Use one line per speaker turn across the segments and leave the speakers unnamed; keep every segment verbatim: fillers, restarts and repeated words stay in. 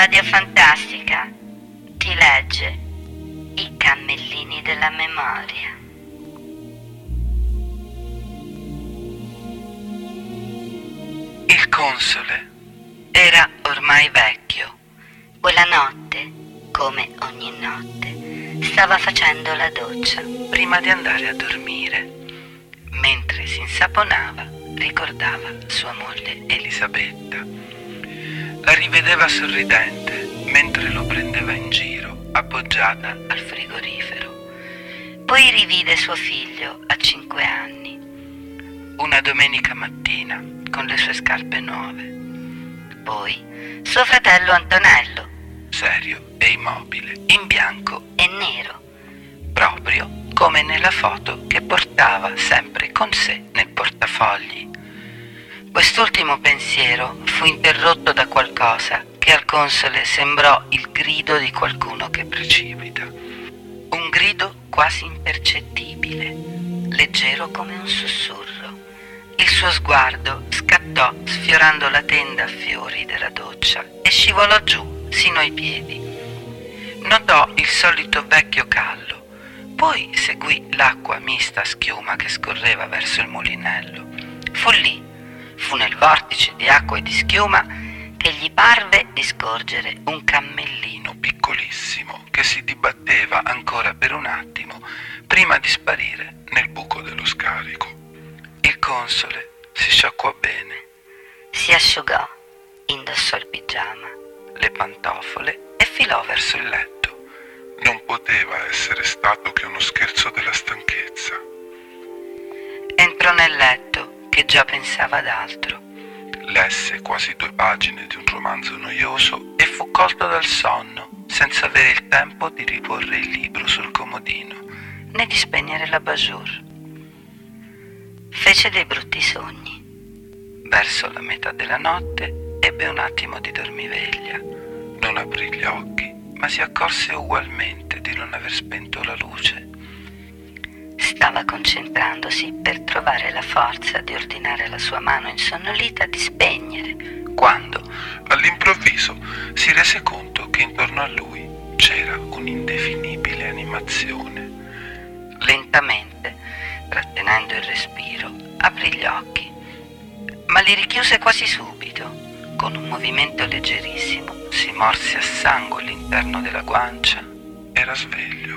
Radio Fantastica ti legge I cammellini della memoria.
Il console era ormai vecchio.
Quella notte, come ogni notte, stava facendo la doccia.
Prima di andare a dormire, mentre si insaponava, ricordava sua moglie Elisabetta. La rivedeva sorridente mentre lo prendeva in giro, appoggiata al frigorifero.
Poi rivide suo figlio a cinque anni.
Una domenica mattina, con le sue scarpe nuove.
Poi suo fratello Antonello,
serio e immobile, in bianco
e nero,
proprio come nella foto che portava sempre con sé nel portafogli. Quest'ultimo pensiero fu interrotto da qualcosa che al console sembrò il grido di qualcuno che precipita. Un grido quasi impercettibile, leggero come un sussurro. Il suo sguardo scattò sfiorando la tenda a fiori della doccia e scivolò giù sino ai piedi. Notò il solito vecchio callo, poi seguì l'acqua mista a schiuma che scorreva verso il mulinello. Fu lì, fu nel vortice di acqua e di schiuma, che gli parve di scorgere un cammellino piccolissimo che si dibatteva ancora per un attimo prima di sparire nel buco dello scarico. Il console si sciacquò bene,
si asciugò, indossò il pigiama,
le pantofole e filò verso il letto.
Non poteva essere stato che uno scherzo della stanchezza.
Entrò nel letto, che già pensava ad altro.
Lesse quasi due pagine di un romanzo noioso
e fu colto dal sonno, senza avere il tempo di riporre il libro sul comodino, né di spegnere l'abajur. Fece dei brutti sogni. Verso la metà della notte ebbe un attimo di dormiveglia.
Non aprì gli occhi,
ma si accorse ugualmente di non aver spento la luce.
Stava concentrandosi per trovare la forza di ordinare alla sua mano insonnolita di spegnere,
quando,
all'improvviso, si rese conto che intorno a lui c'era un'indefinibile animazione.
Lentamente, trattenendo il respiro, aprì gli occhi, ma li richiuse quasi subito. Con un movimento leggerissimo si morse a sangue all'interno della guancia.
Era sveglio.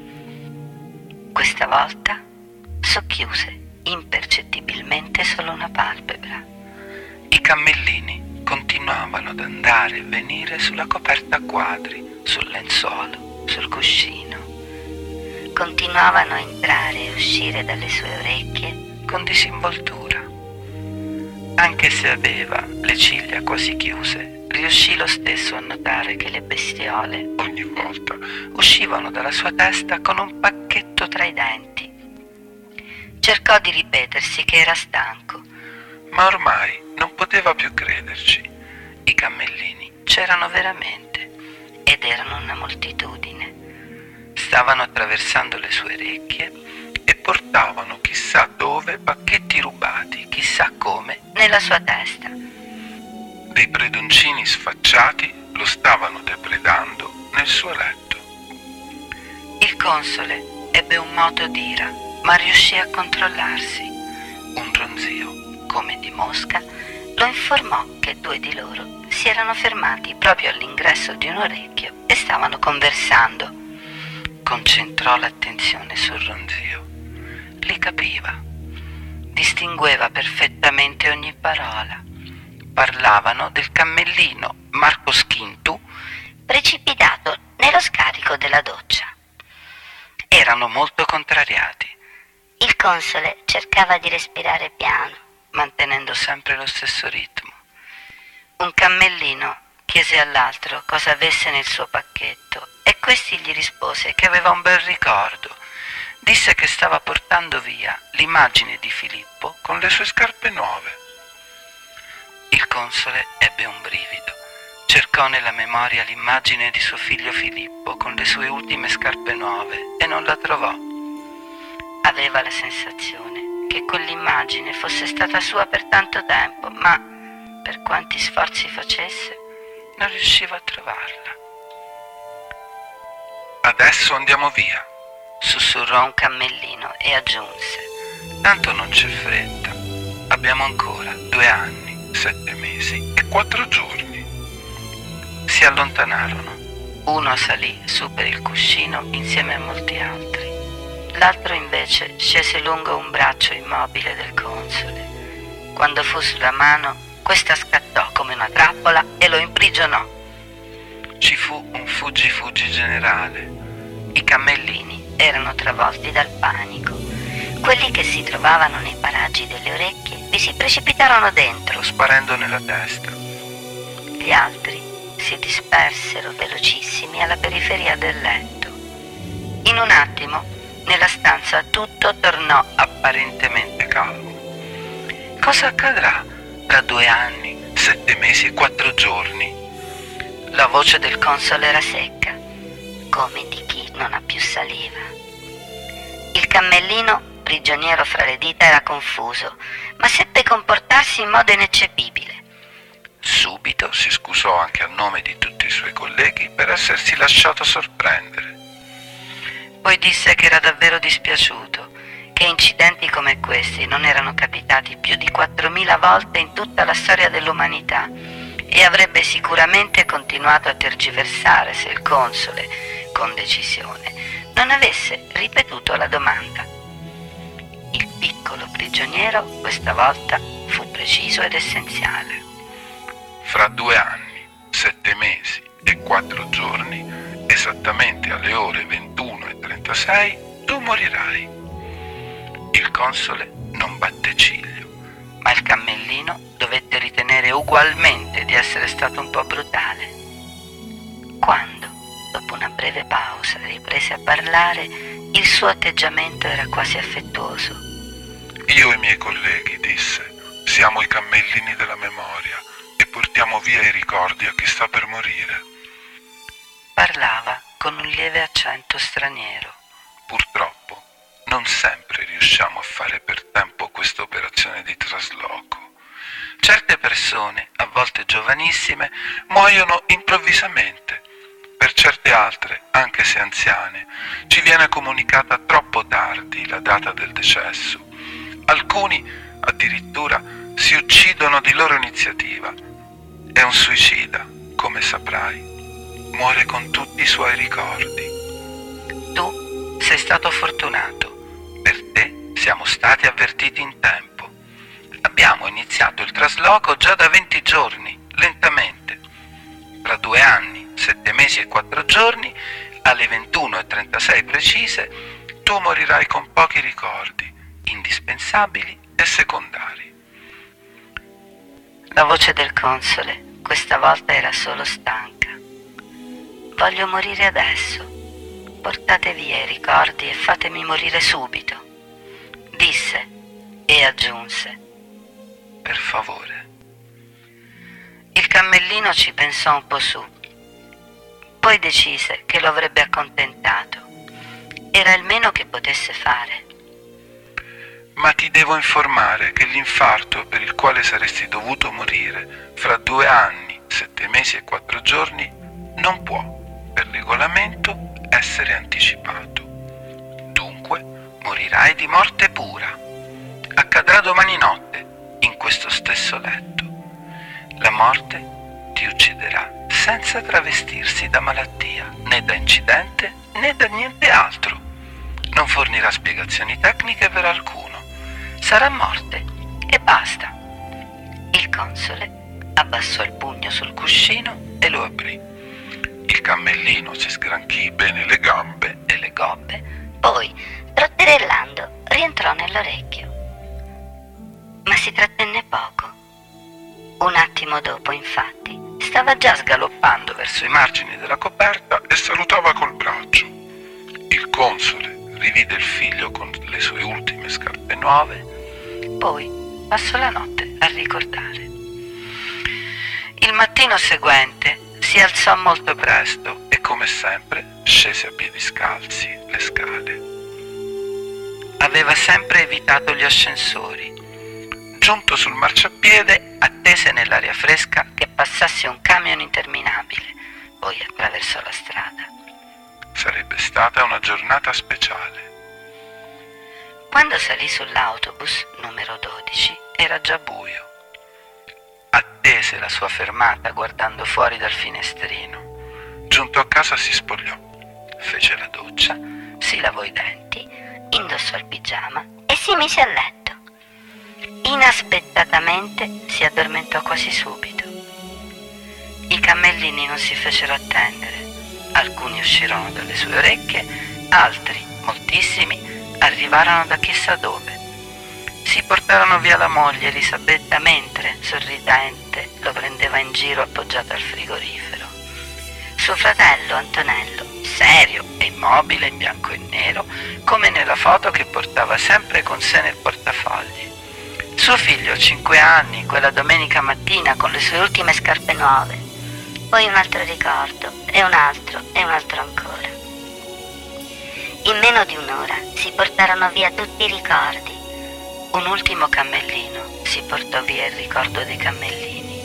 Questa volta socchiuse impercettibilmente solo una palpebra.
I cammellini continuavano ad andare e venire sulla coperta a quadri, sul lenzuolo, sul cuscino.
Continuavano a entrare e uscire dalle sue orecchie
con disinvoltura. Anche se aveva le ciglia quasi chiuse, riuscì lo stesso a notare che le bestiole
ogni volta
uscivano dalla sua testa con un pacchetto tra i denti.
Cercò di ripetersi che era stanco,
ma ormai non poteva più crederci. I cammellini c'erano veramente ed erano una moltitudine. Stavano attraversando le sue orecchie e portavano chissà dove pacchetti rubati, chissà come,
nella sua testa.
Dei predoncini sfacciati lo stavano depredando nel suo letto.
Il console ebbe un moto d'ira, ma riuscì a controllarsi. Un ronzio, come di mosca,
lo informò che due di loro si erano fermati proprio all'ingresso di un orecchio e stavano conversando.
Concentrò l'attenzione sul ronzio. Li capiva. Distingueva perfettamente ogni parola. Parlavano del cammellino Marco Schintu
precipitato nello scarico della doccia.
Erano molto contrariati.
Il console cercava di respirare piano,
mantenendo sempre lo stesso ritmo. Un cammellino chiese all'altro cosa avesse nel suo pacchetto e questi gli rispose che aveva un bel ricordo. Disse che stava portando via l'immagine di Filippo con le sue scarpe nuove. Il console ebbe un brivido. Cercò nella memoria l'immagine di suo figlio Filippo con le sue ultime scarpe nuove e non la trovò. Aveva la sensazione che quell'immagine fosse stata sua per tanto tempo, ma per quanti sforzi facesse, non riusciva a trovarla.
Adesso andiamo via,
sussurrò un cammellino e aggiunse:
tanto non c'è fretta, abbiamo ancora due anni, sette mesi e quattro giorni. Si allontanarono. Uno salì su per il cuscino insieme a molti altri. L'altro invece scese lungo un braccio immobile del console. Quando fu sulla mano, questa scattò come una trappola e lo imprigionò. Ci fu un fuggi-fuggi generale. I cammellini erano travolti dal panico. Quelli che si trovavano nei paraggi delle orecchie vi si precipitarono dentro, sparendo nella testa. Gli altri si dispersero velocissimi alla periferia del letto. In un attimo, nella stanza tutto tornò apparentemente calmo. Cosa accadrà tra due anni, sette mesi e quattro giorni? La voce del console era secca, come di chi non ha più saliva. Il cammellino, prigioniero fra le dita, era confuso, ma seppe comportarsi in modo ineccepibile. Subito si scusò anche a nome di tutti i suoi colleghi per essersi lasciato sorprendere. Poi disse che era davvero dispiaciuto, che incidenti come questi non erano capitati più di quattromila volte in tutta la storia dell'umanità e avrebbe sicuramente continuato a tergiversare se il console, con decisione, non avesse ripetuto la domanda. Il piccolo prigioniero questa volta fu preciso ed essenziale.
Fra due anni, sette mesi e quattro giorni, esattamente alle ore ventuno e trentasei, tu morirai.
Il console non batte ciglio, ma il cammellino dovette ritenere ugualmente di essere stato un po' brutale. Quando, dopo una breve pausa, riprese a parlare, il suo atteggiamento era quasi affettuoso.
Io e i miei colleghi, disse, siamo i cammellini della memoria e portiamo via i ricordi a chi sta per morire.
Parlava con un lieve accento straniero.
Purtroppo non sempre riusciamo a fare per tempo questa operazione di trasloco.
Certe persone, a volte giovanissime, muoiono improvvisamente.
Per certe altre, anche se anziane, ci viene comunicata troppo tardi la data del decesso. Alcuni, addirittura, si uccidono di loro iniziativa. È un suicida, come saprai. Muore con tutti i suoi ricordi.
Tu sei stato fortunato. Per te siamo stati avvertiti in tempo. Abbiamo iniziato il trasloco già da venti giorni, lentamente. Tra due anni, sette mesi e quattro giorni, alle ventuno e trentasei precise, tu morirai con pochi ricordi, indispensabili e secondari. La voce del console questa volta era solo stanca. Voglio morire adesso. Portate via i ricordi e fatemi morire subito, disse e aggiunse: per favore. Il cammellino ci pensò un po' su, poi decise che lo avrebbe accontentato. Era il meno che potesse fare.
Ma ti devo informare che l'infarto per il quale saresti dovuto morire fra due anni, sette mesi e quattro giorni non può, per regolamento, essere anticipato. Dunque morirai di morte pura. Accadrà domani notte, in questo stesso letto. La morte ti ucciderà senza travestirsi da malattia, né da incidente, né da niente altro. Non fornirà spiegazioni tecniche per alcuno. Sarà morte e basta. Il console abbassò il pugno sul cuscino e lo aprì. Il cammellino si sgranchì bene le gambe
e le gobbe,
poi, trotterellando, rientrò nell'orecchio. Ma si trattenne poco. Un attimo dopo, infatti, stava già
sgaloppando verso i margini della coperta
e salutava col braccio. Il console rivide il figlio con le sue ultime scarpe nuove,
poi passò la notte a ricordare. Il mattino seguente si alzò molto presto
e, come sempre, scese a piedi scalzi le scale.
Aveva sempre evitato gli ascensori. Giù
giunto sul marciapiede,
attese nell'aria fresca
che passasse un camion interminabile, poi attraversò la strada.
sarebbe stata una giornata speciale.
Quando salì sull'autobus numero dodici era già buio.
Attese la sua fermata guardando fuori dal finestrino.
Giunto a casa si spogliò, fece la doccia,
Si lavò i denti, indossò il pigiama e si mise a letto. Inaspettatamente si addormentò quasi subito. I cammellini non si fecero attendere. Alcuni uscirono dalle sue orecchie, altri, moltissimi, arrivarono da chissà dove. Si portarono via la moglie Elisabetta mentre, sorridente, lo prendeva in giro appoggiato al frigorifero. Suo fratello Antonello, serio e immobile in bianco e nero, come nella foto che portava sempre con sé nel portafogli. Suo figlio a cinque anni, quella domenica mattina con le sue ultime scarpe nuove. Poi un altro ricordo, e un altro, e un altro ancora. In meno di un'ora si portarono via tutti i ricordi. Un ultimo cammellino si portò via il ricordo dei cammellini.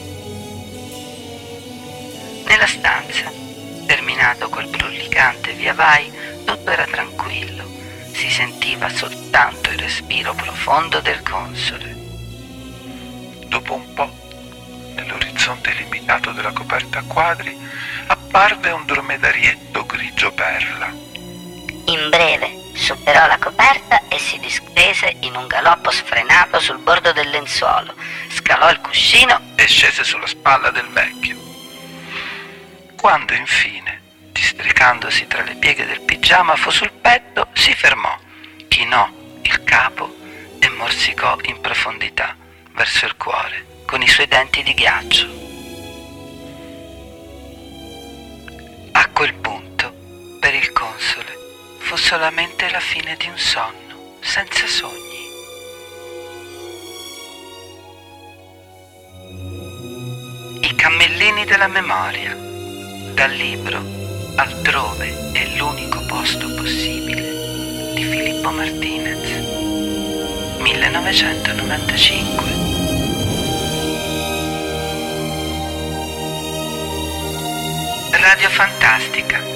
Nella stanza, terminato quel brulicante via vai, tutto era tranquillo. Si sentiva soltanto il respiro profondo del console.
Dopo un po', nell'orizzonte limitato della coperta a quadri, apparve un dromedarietto grigio perla.
In breve superò la coperta e si distese in un galoppo sfrenato sul bordo del lenzuolo, scalò il cuscino
e scese sulla spalla del vecchio. Quando infine, districandosi tra le pieghe del pigiama, fu sul petto, si fermò, chinò il capo e morsicò in profondità verso il cuore con i suoi denti di ghiaccio. A quel punto, per il console, fu solamente la fine di un sonno, senza sogni. I cammellini della memoria, dal libro Altrove è l'unico posto possibile di Filippo Martinez, millenovecentonovantacinque. Radio Fantastica.